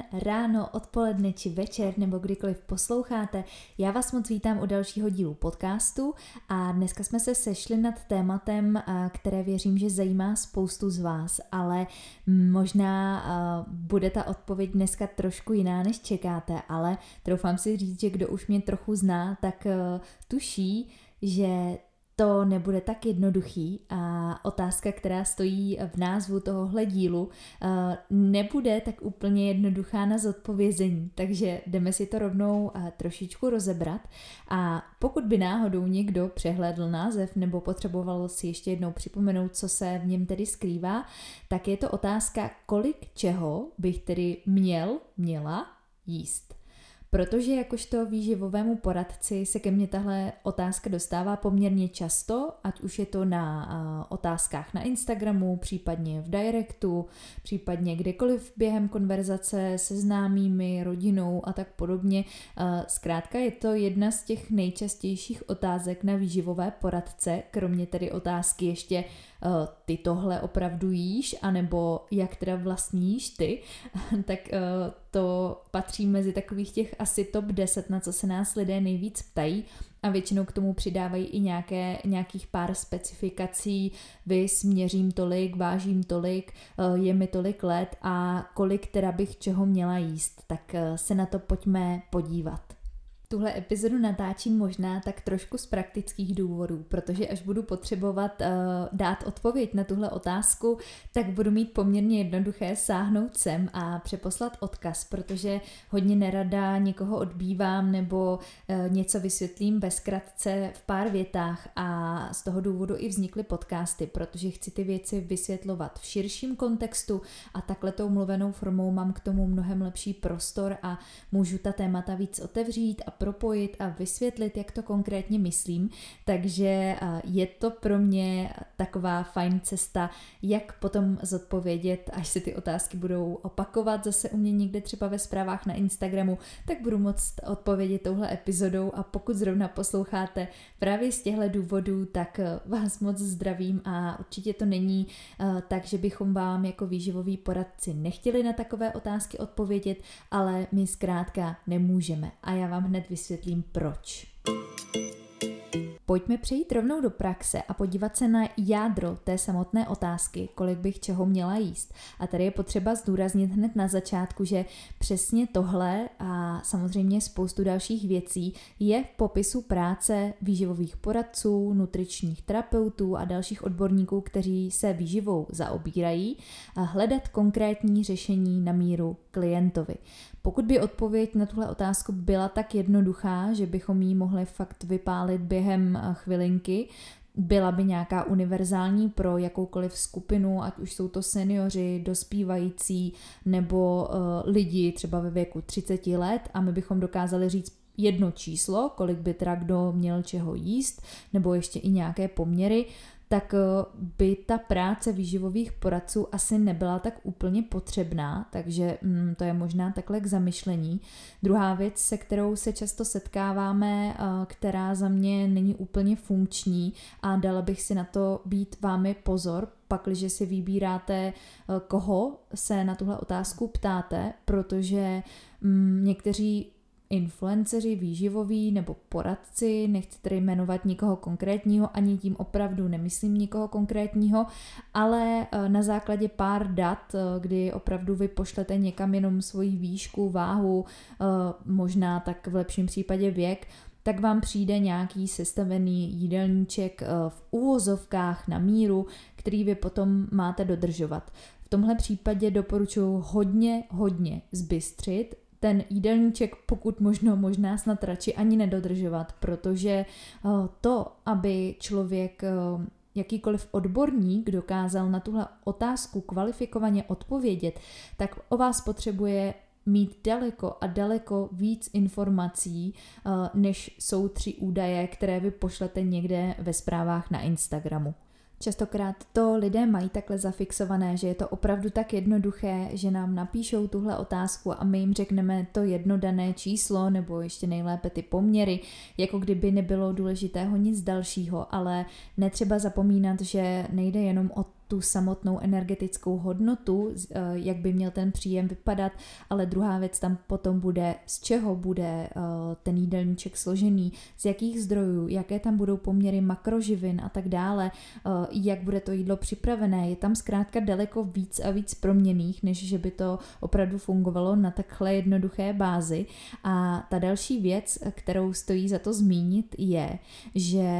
ráno, odpoledne či večer nebo kdykoliv posloucháte. Já vás moc vítám u dalšího dílu podcastu a dneska jsme se sešli nad tématem, které věřím, že zajímá spoustu z vás, ale možná bude ta odpověď dneska trošku jiná, než čekáte, ale troufám si říct, že kdo už mě trochu zná, tak tuší, že to nebude tak jednoduchý a otázka, která stojí v názvu tohohle dílu, nebude tak úplně jednoduchá na zodpovězení, takže jdeme si to rovnou trošičku rozebrat a pokud by náhodou někdo přehlédl název nebo potřeboval si ještě jednou připomenout, co se v něm tedy skrývá, tak je to otázka, kolik čeho bych tedy měla jíst. Protože jakožto výživovému poradci se ke mně tahle otázka dostává poměrně často, ať už je to na otázkách na Instagramu, případně v directu, případně kdekoliv během konverzace se známými, rodinou a tak podobně. Zkrátka je to jedna z těch nejčastějších otázek na výživové poradce, kromě tedy otázky ještě ty tohle opravdu jíš, anebo jak teda vlastně jíš ty, tak to patří mezi takových těch asi top 10, na co se nás lidé nejvíc ptají a většinou k tomu přidávají i nějakých pár specifikací, měřím tolik, vážím tolik, je mi tolik let a kolik teda bych čeho měla jíst, tak se na to pojďme podívat. Tuhle epizodu natáčím možná tak trošku z praktických důvodů, protože až budu potřebovat dát odpověď na tuhle otázku, tak budu mít poměrně jednoduché sáhnout sem a přeposlat odkaz, protože hodně nerada někoho odbývám nebo něco vysvětlím ve zkratce v pár větách a z toho důvodu i vznikly podcasty, protože chci ty věci vysvětlovat v širším kontextu a takhle tou mluvenou formou mám k tomu mnohem lepší prostor a můžu ta témata víc otevřít a propojit a vysvětlit, jak to konkrétně myslím, takže je to pro mě taková fajn cesta, jak potom zodpovědět, až se ty otázky budou opakovat zase u mě někde třeba ve zprávách na Instagramu, tak budu moct odpovědět touhle epizodou a pokud zrovna posloucháte právě z těchto důvodů, tak vás moc zdravím a určitě to není tak, že bychom vám jako výživoví poradci nechtěli na takové otázky odpovědět, ale my zkrátka nemůžeme a já vám hned vysvětlím proč. Pojďme přejít rovnou do praxe a podívat se na jádro té samotné otázky, kolik bych čeho měla jíst. A tady je potřeba zdůraznit hned na začátku, že přesně tohle a samozřejmě spoustu dalších věcí je v popisu práce výživových poradců, nutričních terapeutů a dalších odborníků, kteří se výživou zaobírají, a hledat konkrétní řešení na míru klientovi. Pokud by odpověď na tuhle otázku byla tak jednoduchá, že bychom ji mohli fakt vypálit během chvilinky, byla by nějaká univerzální pro jakoukoliv skupinu, ať už jsou to seniori, dospívající nebo lidi třeba ve věku 30 let a my bychom dokázali říct jedno číslo, kolik by teda kdo měl čeho jíst, nebo ještě i nějaké poměry, tak by ta práce výživových poradců asi nebyla tak úplně potřebná, takže to je možná takhle k zamyšlení. Druhá věc, se kterou se často setkáváme, která za mě není úplně funkční a dala bych si na to být vámi pozor, pakliže si vybíráte, koho se na tuhle otázku ptáte, protože někteří influenceři, výživoví nebo poradci, nechci tedy jmenovat nikoho konkrétního, ani tím opravdu nemyslím nikoho konkrétního, ale na základě pár dat, kdy opravdu vy pošlete někam jenom svoji výšku, váhu, možná tak v lepším případě věk, tak vám přijde nějaký sestavený jídelníček v uvozovkách na míru, který vy potom máte dodržovat. V tomhle případě doporučuji hodně zbystřit, ten jídelníček pokud možná snad radši ani nedodržovat, protože to, aby člověk, jakýkoliv odborník dokázal na tuhle otázku kvalifikovaně odpovědět, tak o vás potřebuje mít daleko víc informací, než jsou 3 údaje, které vy pošlete někde ve zprávách na Instagramu. Častokrát to lidé mají takhle zafixované, že je to opravdu tak jednoduché, že nám napíšou tuhle otázku a my jim řekneme to jedno dané číslo nebo ještě nejlépe ty poměry, jako kdyby nebylo důležitého nic dalšího, ale netřeba zapomínat, že nejde jenom o tu samotnou energetickou hodnotu, jak by měl ten příjem vypadat, ale druhá věc tam potom bude, z čeho bude ten jídelníček složený, z jakých zdrojů, jaké tam budou poměry makroživin a tak dále, jak bude to jídlo připravené. Je tam zkrátka daleko víc a víc proměnných, než že by to opravdu fungovalo na takhle jednoduché bázi. A ta další věc, kterou stojí za to zmínit, je, že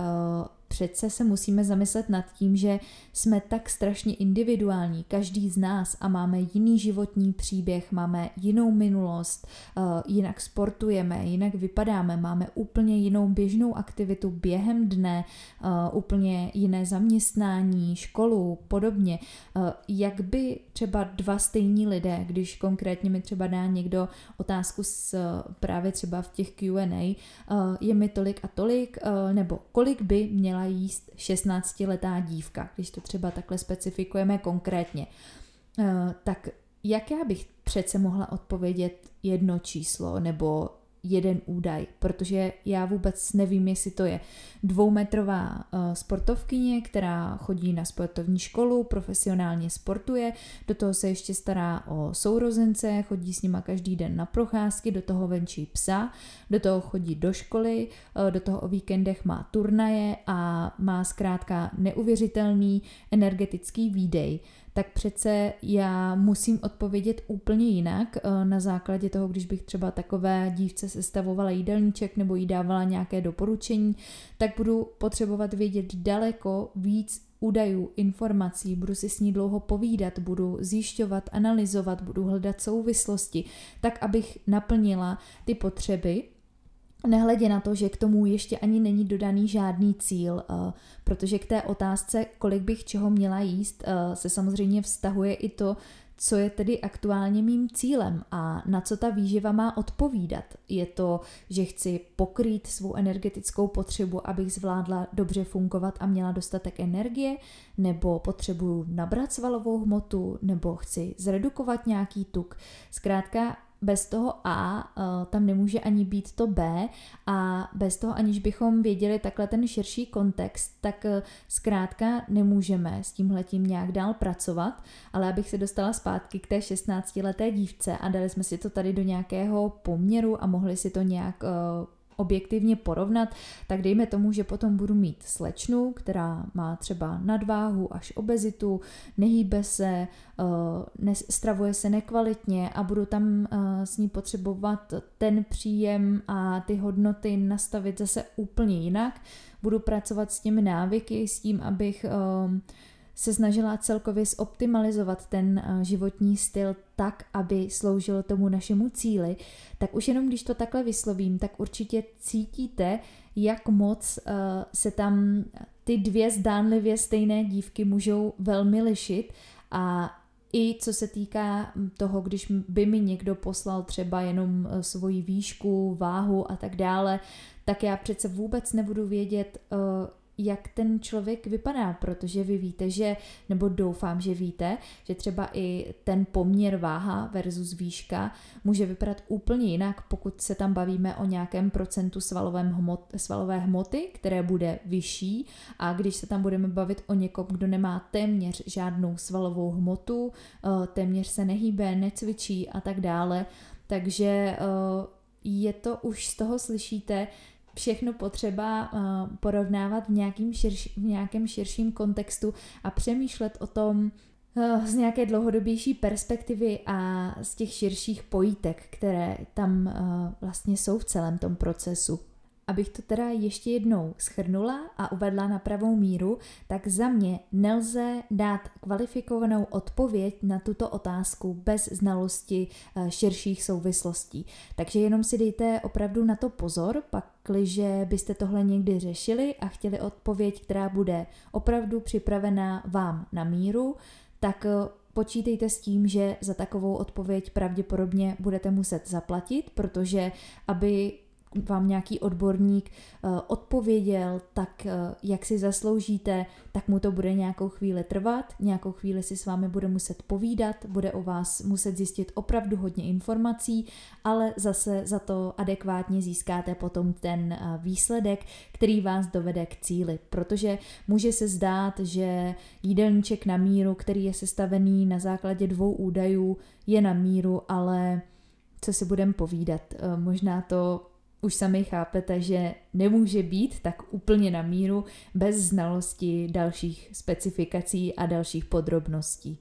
přece se musíme zamyslet nad tím, že jsme tak strašně individuální, každý z nás, a máme jiný životní příběh, máme jinou minulost, jinak sportujeme, jinak vypadáme, máme úplně jinou běžnou aktivitu během dne, úplně jiné zaměstnání, školu, podobně. Jak by třeba dva stejní lidé, když konkrétně mi třeba dá někdo otázku právě třeba v těch Q&A, je mi tolik a tolik, nebo kolik by měla jíst 16letá dívka, když to třeba takhle specifikujeme konkrétně, tak jak já bych přece mohla odpovědět jedno číslo nebo jeden údaj, protože já vůbec nevím, jestli to je 2metrová sportovkyně, která chodí na sportovní školu, profesionálně sportuje, do toho se ještě stará o sourozence, chodí s nima každý den na procházky, do toho venčí psa, do toho chodí do školy, do toho o víkendech má turnaje a má zkrátka neuvěřitelný energetický výdej. Tak přece já musím odpovědět úplně jinak na základě toho, když bych třeba takové dívce sestavovala jídelníček nebo jí dávala nějaké doporučení, tak budu potřebovat vědět daleko víc údajů, informací, budu si s ní dlouho povídat, budu zjišťovat, analyzovat, budu hledat souvislosti, tak abych naplnila ty potřeby, nehledě na to, že k tomu ještě ani není dodaný žádný cíl, protože k té otázce, kolik bych čeho měla jíst, se samozřejmě vztahuje i to, co je tedy aktuálně mým cílem a na co ta výživa má odpovídat. Je to, že chci pokrýt svou energetickou potřebu, abych zvládla dobře fungovat a měla dostatek energie, nebo potřebuju nabrat svalovou hmotu, nebo chci zredukovat nějaký tuk. Zkrátka bez toho A tam nemůže ani být to B a bez toho, aniž bychom věděli takhle ten širší kontext, tak zkrátka nemůžeme s tímhletím nějak dál pracovat, ale abych se dostala zpátky k té 16leté dívce a dali jsme si to tady do nějakého poměru a mohli si to nějak objektivně porovnat, tak dejme tomu, že potom budu mít slečnu, která má třeba nadváhu až obezitu, nehýbe se, stravuje se nekvalitně a budu tam s ní potřebovat ten příjem a ty hodnoty nastavit zase úplně jinak. Budu pracovat s těmi návyky, s tím, abych se snažila celkově zoptimalizovat ten životní styl tak, aby sloužil tomu našemu cíli, tak už jenom když to takhle vyslovím, tak určitě cítíte, jak moc se tam ty dvě zdánlivě stejné dívky můžou velmi lišit a i co se týká toho, když by mi někdo poslal třeba jenom svoji výšku, váhu a tak dále, tak já přece vůbec nebudu vědět, jak ten člověk vypadá, protože vy víte, že, nebo doufám, že víte, že třeba i ten poměr váha versus výška může vypadat úplně jinak, pokud se tam bavíme o nějakém procentu svalové hmoty, které bude vyšší, a když se tam budeme bavit o někom, kdo nemá téměř žádnou svalovou hmotu, téměř se nehýbe, necvičí a tak dále, takže je to už z toho slyšíte, všechno potřeba porovnávat v nějakém širším kontextu a přemýšlet o tom z nějaké dlouhodobější perspektivy a z těch širších pojítek, které tam vlastně jsou v celém tom procesu. Abych to teda ještě jednou shrnula a uvedla na pravou míru, tak za mě nelze dát kvalifikovanou odpověď na tuto otázku bez znalosti širších souvislostí. Takže jenom si dejte opravdu na to pozor, pakliže byste tohle někdy řešili a chtěli odpověď, která bude opravdu připravená vám na míru, tak počítejte s tím, že za takovou odpověď pravděpodobně budete muset zaplatit, protože aby vám nějaký odborník odpověděl tak, jak si zasloužíte, tak mu to bude nějakou chvíli trvat, nějakou chvíli si s vámi bude muset povídat, bude o vás muset zjistit opravdu hodně informací, ale zase za to adekvátně získáte potom ten výsledek, který vás dovede k cíli, protože může se zdát, že jídelníček na míru, který je sestavený na základě 2 údajů, je na míru, ale co si budeme povídat, možná to už sami chápete, že nemůže být tak úplně na míru bez znalosti dalších specifikací a dalších podrobností.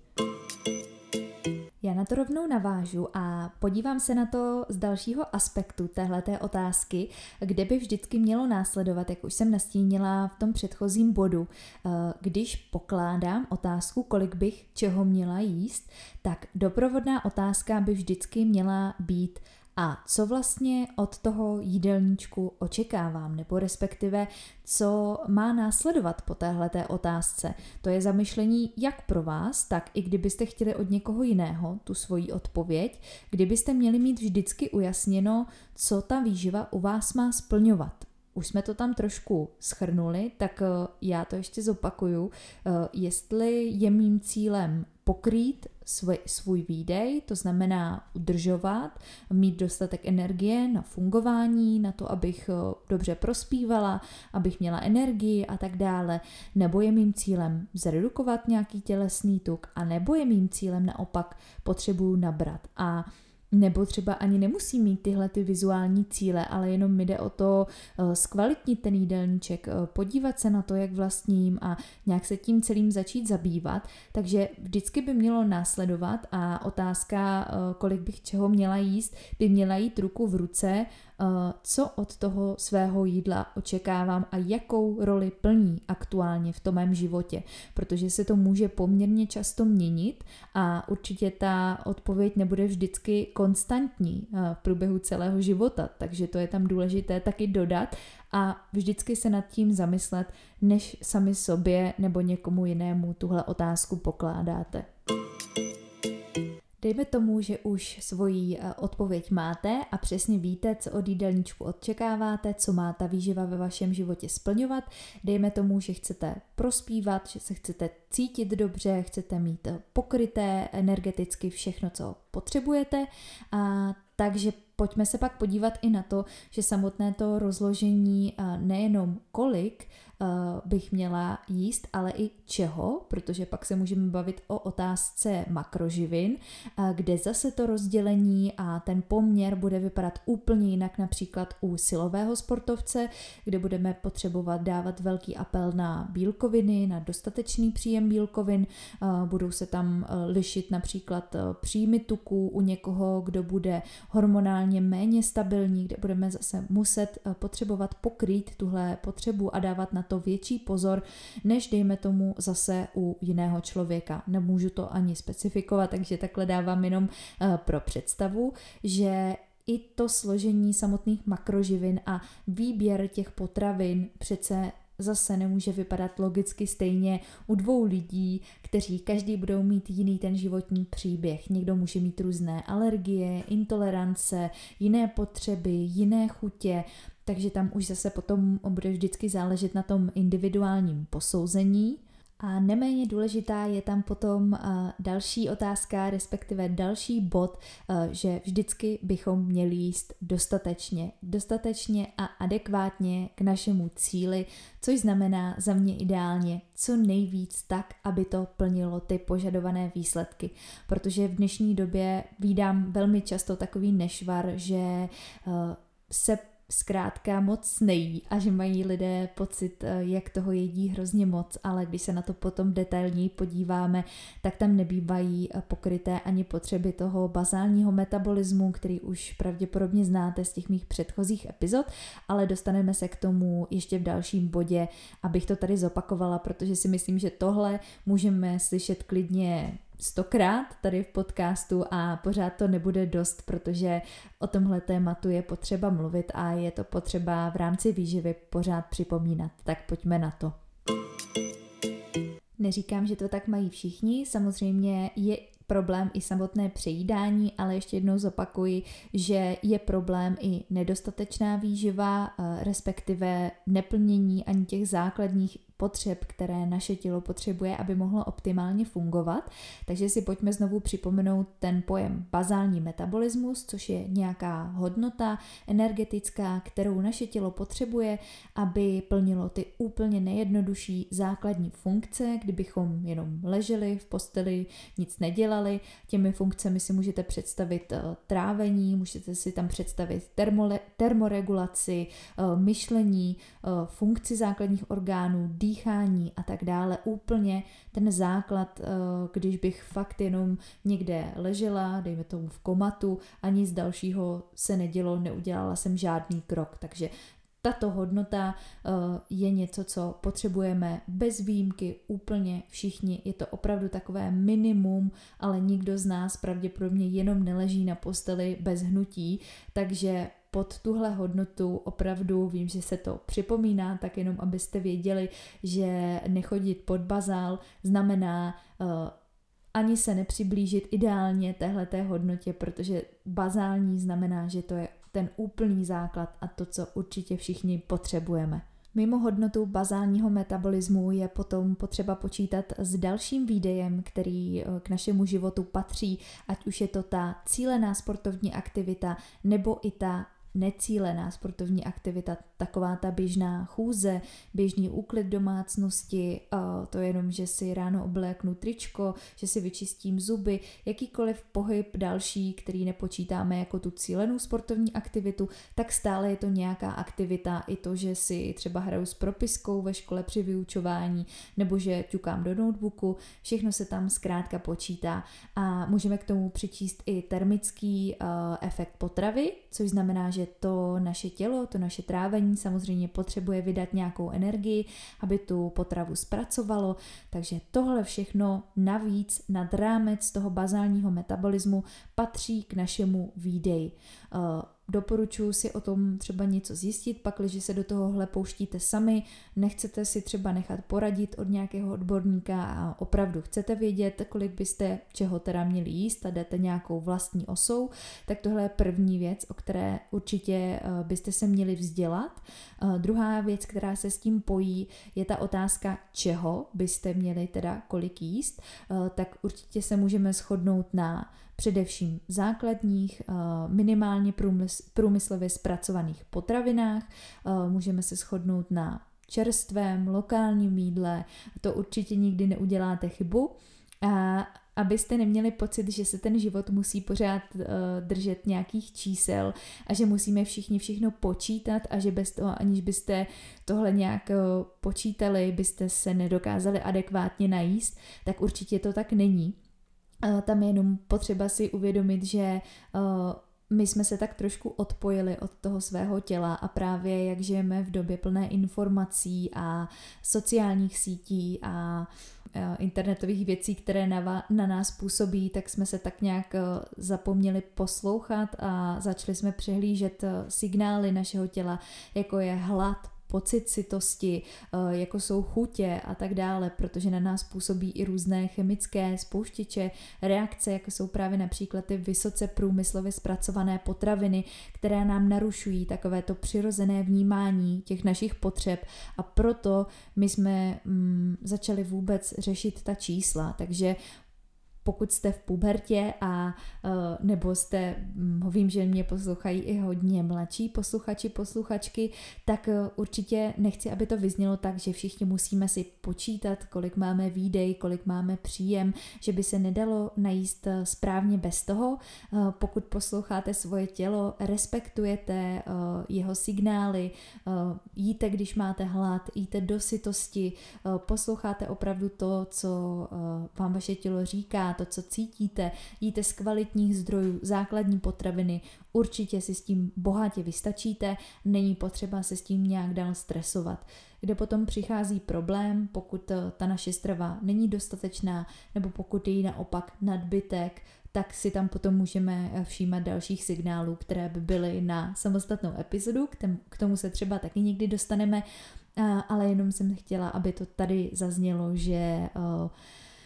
Já na to rovnou navážu a podívám se na to z dalšího aspektu téhleté otázky, kde by vždycky mělo následovat, jak už jsem nastínila v tom předchozím bodu. Když pokládám otázku, kolik bych čeho měla jíst, tak doprovodná otázka by vždycky měla být: a co vlastně od toho jídelníčku očekávám, nebo respektive co má následovat po téhleté otázce. To je zamyšlení jak pro vás, tak i kdybyste chtěli od někoho jiného tu svoji odpověď, kdybyste měli mít vždycky ujasněno, co ta výživa u vás má splňovat. Už jsme to tam trošku shrnuli, tak já to ještě zopakuju. Jestli je mým cílem pokrýt svůj výdej, to znamená udržovat, mít dostatek energie na fungování, na to, abych dobře prospívala, abych měla energii a tak dále, nebo je mým cílem zredukovat nějaký tělesný tuk, a nebo je mým cílem naopak potřebuju nabrat. A nebo třeba ani nemusí mít tyhle ty vizuální cíle, ale jenom mi jde o to zkvalitnit ten jídelníček, podívat se na to, jak vlastním a nějak se tím celým začít zabývat. Takže vždycky by mělo následovat a otázka, kolik bych čeho měla jíst, by měla jít ruku v ruce, co od toho svého jídla očekávám a jakou roli plní aktuálně v tom mém životě, protože se to může poměrně často měnit a určitě ta odpověď nebude vždycky konstantní v průběhu celého života, takže to je tam důležité taky dodat a vždycky se nad tím zamyslet, než sami sobě nebo někomu jinému tuhle otázku pokládáte. Dejme tomu, že už svoji odpověď máte a přesně víte, co od jídelníčku očekáváte, co má ta výživa ve vašem životě splňovat. Dejme tomu, že chcete prospívat, že se chcete cítit dobře, chcete mít pokryté energeticky všechno, co potřebujete. Takže pojďme se pak podívat i na to, že samotné to rozložení nejenom kolik bych měla jíst, ale i čeho, protože pak se můžeme bavit o otázce makroživin, kde zase to rozdělení a ten poměr bude vypadat úplně jinak, například u silového sportovce, kde budeme potřebovat dávat velký apel na bílkoviny, na dostatečný příjem bílkovin, budou se tam lišit například příjmy tuků u někoho, kdo bude hormonálně méně stabilní, kde budeme zase muset potřebovat pokrýt tuhle potřebu a dávat na to větší pozor, než dejme tomu zase u jiného člověka. Nemůžu to ani specifikovat, takže takhle dávám jenom pro představu, že i to složení samotných makroživin a výběr těch potravin přece zase nemůže vypadat logicky stejně u 2 lidí, kteří každý budou mít jiný ten životní příběh. Někdo může mít různé alergie, intolerance, jiné potřeby, jiné chutě, takže tam už zase potom bude vždycky záležet na tom individuálním posouzení. A neméně důležitá je tam potom další otázka, respektive další bod, že vždycky bychom měli jíst dostatečně a adekvátně k našemu cíli, což znamená za mě ideálně co nejvíc tak, aby to plnilo ty požadované výsledky. Protože v dnešní době vídám velmi často takový nešvar, že se zkrátka moc nejí a že mají lidé pocit, jak toho jedí hrozně moc, ale když se na to potom detailněji podíváme, tak tam nebývají pokryté ani potřeby toho bazálního metabolismu, který už pravděpodobně znáte z těch mých předchozích epizod, ale dostaneme se k tomu ještě v dalším bodě, abych to tady zopakovala, protože si myslím, že tohle můžeme slyšet klidně 100krát tady v podcastu a pořád to nebude dost, protože o tomhle tématu je potřeba mluvit a je to potřeba v rámci výživy pořád připomínat. Tak pojďme na to. Neříkám, že to tak mají všichni, samozřejmě je problém i samotné přejídání, ale ještě jednou zopakuji, že je problém i nedostatečná výživa, respektive neplnění ani těch základních potřeb, které naše tělo potřebuje, aby mohlo optimálně fungovat. Takže si pojďme znovu připomenout ten pojem bazální metabolismus, což je nějaká hodnota energetická, kterou naše tělo potřebuje, aby plnilo ty úplně nejjednodušší základní funkce. Kdybychom jenom leželi v posteli, nic nedělali, těmi funkcemi si můžete představit trávení, můžete si tam představit termoregulaci, myšlení, funkci základních orgánů, dýchání a tak dále. Úplně ten základ, když bych fakt jenom někde ležela, dejme tomu v komatu a nic dalšího se nedělo, neudělala jsem žádný krok. Takže tato hodnota je něco, co potřebujeme bez výjimky úplně všichni. Je to opravdu takové minimum, ale nikdo z nás pravděpodobně jenom neleží na posteli bez hnutí, takže pod tuhle hodnotu opravdu vím, že se to připomíná, tak jenom abyste věděli, že nechodit pod bazál znamená ani se nepřiblížit ideálně téhleté hodnotě, protože bazální znamená, že to je ten úplný základ a to, co určitě všichni potřebujeme. Mimo hodnotu bazálního metabolismu je potom potřeba počítat s dalším výdejem, který k našemu životu patří, ať už je to ta cílená sportovní aktivita nebo i ta necílená sportovní aktivita, taková ta běžná chůze, běžný úklid domácnosti, to je jenom, že si ráno obléknu tričko, že si vyčistím zuby, jakýkoliv pohyb další, který nepočítáme jako tu cílenou sportovní aktivitu, tak stále je to nějaká aktivita, i to, že si třeba hraju s propiskou ve škole při vyučování, nebo že ťukám do notebooku, všechno se tam zkrátka počítá a můžeme k tomu přičíst i termický efekt potravy, což znamená, že to naše tělo, to naše trávení samozřejmě potřebuje vydat nějakou energii, aby tu potravu zpracovalo, takže tohle všechno navíc nad rámec toho bazálního metabolismu patří k našemu výdeji. Doporučuji si o tom třeba něco zjistit, pakliže se do tohohle pouštíte sami, nechcete si třeba nechat poradit od nějakého odborníka a opravdu chcete vědět, kolik byste čeho teda měli jíst a jdete nějakou vlastní osou, tak tohle je první věc, o které určitě byste se měli vzdělat. Druhá věc, která se s tím pojí, je ta otázka, čeho byste měli teda kolik jíst, tak určitě se můžeme shodnout na především základních, minimálně průmyslově zpracovaných potravinách, můžeme se shodnout na čerstvém, lokálním jídle, to určitě nikdy neuděláte chybu. A abyste neměli pocit, že se ten život musí pořád držet nějakých čísel a že musíme všichni všechno počítat a že bez toho, aniž byste tohle nějak počítali, byste se nedokázali adekvátně najíst, tak určitě to tak není. Tam je jenom potřeba si uvědomit, že my jsme se tak trošku odpojili od toho svého těla a právě jak žijeme v době plné informací a sociálních sítí a internetových věcí, které na nás působí, tak jsme se tak nějak zapomněli poslouchat a začali jsme přehlížet signály našeho těla, jako je hlad, pocit sytosti, jako jsou chutě a tak dále, protože na nás působí i různé chemické spouštěče, reakce, jako jsou právě například ty vysoce průmyslově zpracované potraviny, které nám narušují takovéto přirozené vnímání těch našich potřeb a proto my jsme začali vůbec řešit ta čísla, takže pokud jste v pubertě a nebo jste, vím, že mě poslouchají i hodně mladší posluchači, posluchačky, tak určitě nechci, aby to vyznělo tak, že všichni musíme si počítat, kolik máme výdej, kolik máme příjem, že by se nedalo najíst správně bez toho. Pokud posloucháte svoje tělo, respektujete jeho signály, jíte, když máte hlad, jíte do sytosti, posloucháte opravdu to, co vám vaše tělo říká, to, co cítíte, jíte z kvalitních zdrojů, základní potraviny, určitě si s tím bohatě vystačíte, není potřeba se s tím nějak dál stresovat. Kde potom přichází problém, pokud ta naše strava není dostatečná, nebo pokud je jí naopak nadbytek, tak si tam potom můžeme všímat dalších signálů, které by byly na samostatnou epizodu, k tomu se třeba taky někdy dostaneme, ale jenom jsem chtěla, aby to tady zaznělo, že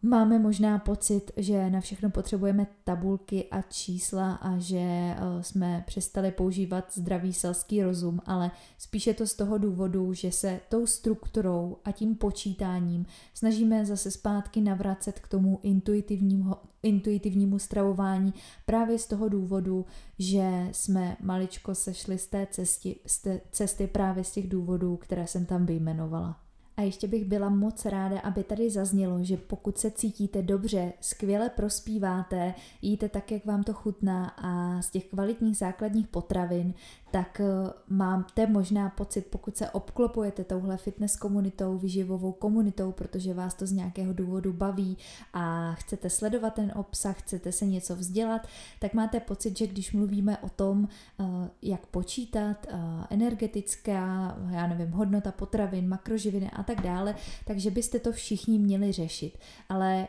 Máme možná pocit, že na všechno potřebujeme tabulky a čísla a že jsme přestali používat zdravý selský rozum, ale spíše to z toho důvodu, že se tou strukturou a tím počítáním snažíme zase zpátky navracet k tomu intuitivnímu stravování právě z toho důvodu, že jsme maličko sešli z té cesty právě z těch důvodů, které jsem tam vyjmenovala. A ještě bych byla moc ráda, aby tady zaznělo, že pokud se cítíte dobře, skvěle prospíváte, jíte tak, jak vám to chutná a z těch kvalitních základních potravin, tak máte možná pocit, pokud se obklopujete touhle fitness komunitou, výživovou komunitou, protože vás to z nějakého důvodu baví a chcete sledovat ten obsah, chcete se něco vzdělat, tak máte pocit, že když mluvíme o tom, jak počítat, energetická, hodnota potravin, makroživiny a tak dále, takže byste to všichni měli řešit. Ale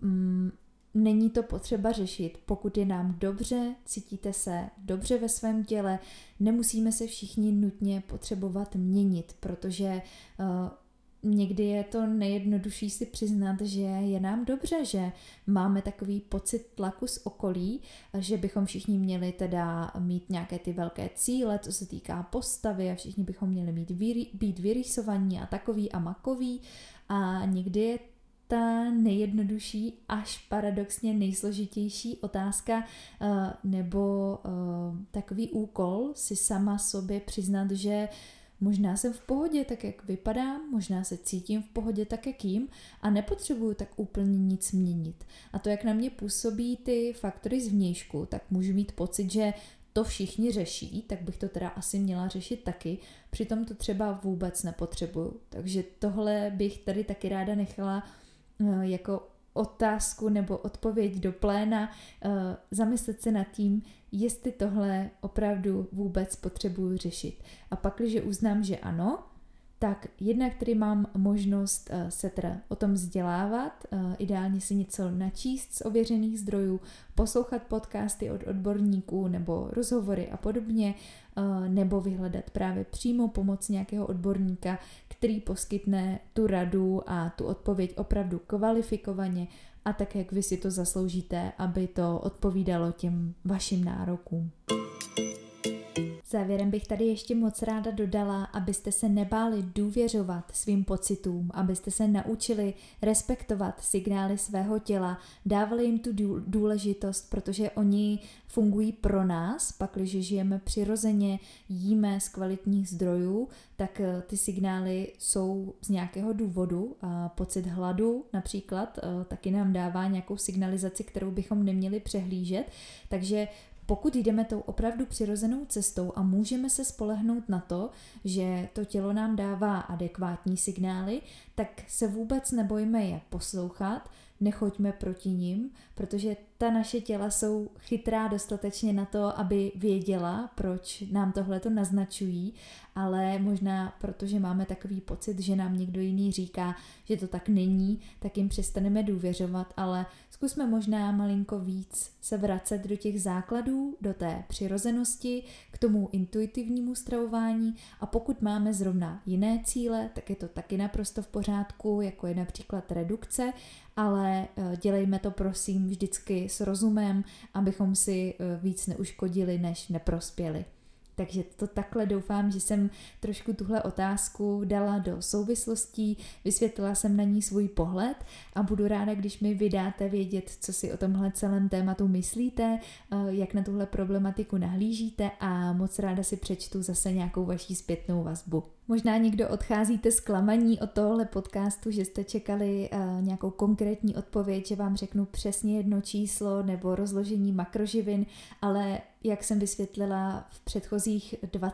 není to potřeba řešit, pokud je nám dobře, cítíte se dobře ve svém těle, nemusíme se všichni nutně potřebovat měnit, protože někdy je to nejjednodušší si přiznat, že je nám dobře, že máme takový pocit tlaku z okolí, že bychom všichni měli teda mít nějaké ty velké cíle, co se týká postavy a všichni bychom měli být vyrýsovaní a takový a makový a někdy je ta nejjednodušší až paradoxně nejsložitější otázka nebo takový úkol si sama sobě přiznat, že možná jsem v pohodě tak, jak vypadám, možná se cítím v pohodě tak, jak jím a nepotřebuju tak úplně nic měnit. A to, jak na mě působí ty faktory zvnějšku, tak můžu mít pocit, že to všichni řeší, tak bych to teda asi měla řešit taky, přitom to třeba vůbec nepotřebuju. Takže tohle bych tady taky ráda nechala jako otázku nebo odpověď do pléna, zamyslet se nad tím, jestli tohle opravdu vůbec potřebuju řešit. A pak, když uznám, že ano, tak jednak tady mám možnost se teda o tom vzdělávat, ideálně si něco načíst z ověřených zdrojů, poslouchat podcasty od odborníků nebo rozhovory a podobně, nebo vyhledat právě přímo pomoc nějakého odborníka, který poskytne tu radu a tu odpověď opravdu kvalifikovaně a tak, jak vy si to zasloužíte, aby to odpovídalo těm vašim nárokům. Závěrem bych tady ještě moc ráda dodala, abyste se nebáli důvěřovat svým pocitům, abyste se naučili respektovat signály svého těla, dávali jim tu důležitost, protože oni fungují pro nás, pakliže žijeme přirozeně, jíme z kvalitních zdrojů, tak ty signály jsou z nějakého důvodu. Pocit hladu například taky nám dává nějakou signalizaci, kterou bychom neměli přehlížet, takže pokud jdeme tou opravdu přirozenou cestou a můžeme se spolehnout na to, že to tělo nám dává adekvátní signály, tak se vůbec nebojme je poslouchat, nechoďme proti nim, protože ta naše těla jsou chytrá dostatečně na to, aby věděla, proč nám tohleto naznačují, ale možná protože máme takový pocit, že nám někdo jiný říká, že to tak není, tak jim přestaneme důvěřovat, ale zkusme možná malinko víc se vracet do těch základů, do té přirozenosti, k tomu intuitivnímu stravování a pokud máme zrovna jiné cíle, tak je to taky naprosto v pořádku, jako je například redukce, ale dělejme to prosím vždycky s rozumem, abychom si víc neuškodili, než neprospěli. Takže to takhle doufám, že jsem trošku tuhle otázku dala do souvislostí, vysvětlila jsem na ní svůj pohled a budu ráda, když mi vydáte vědět, co si o tomhle celém tématu myslíte, jak na tuhle problematiku nahlížíte a moc ráda si přečtu zase nějakou vaší zpětnou vazbu. Možná někdo odcházíte zklamaní od tohohle podcastu, že jste čekali nějakou konkrétní odpověď, že vám řeknu přesně jedno číslo nebo rozložení makroživin, ale jak jsem vysvětlila v předchozích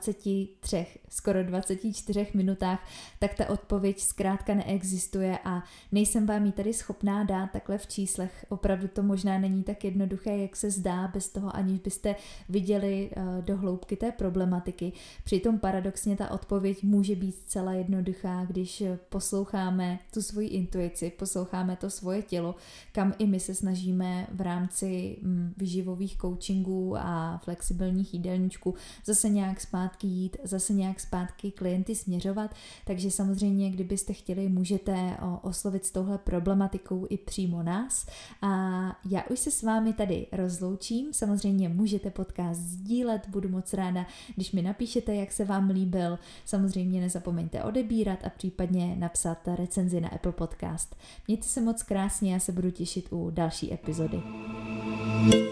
23, skoro 24 minutách, tak ta odpověď zkrátka neexistuje a nejsem vám ji tady schopná dát takhle v číslech. Opravdu to možná není tak jednoduché, jak se zdá, bez toho aniž byste viděli do hloubky té problematiky. Přitom paradoxně ta odpověď může být zcela jednoduchá, když posloucháme tu svoji intuici, posloucháme to svoje tělo, kam i my se snažíme v rámci výživových coachingů a flexibilních jídelníčků, zase nějak zpátky jít, zase nějak zpátky klienty směřovat, takže samozřejmě, kdybyste chtěli, můžete oslovit s touhle problematikou i přímo nás. A já už se s vámi tady rozloučím, samozřejmě můžete podcast sdílet, budu moc ráda, když mi napíšete, jak se vám líbil, samozřejmě nezapomeňte odebírat a případně napsat recenzi na Apple Podcast. Mějte se moc krásně, já se budu těšit u další epizody.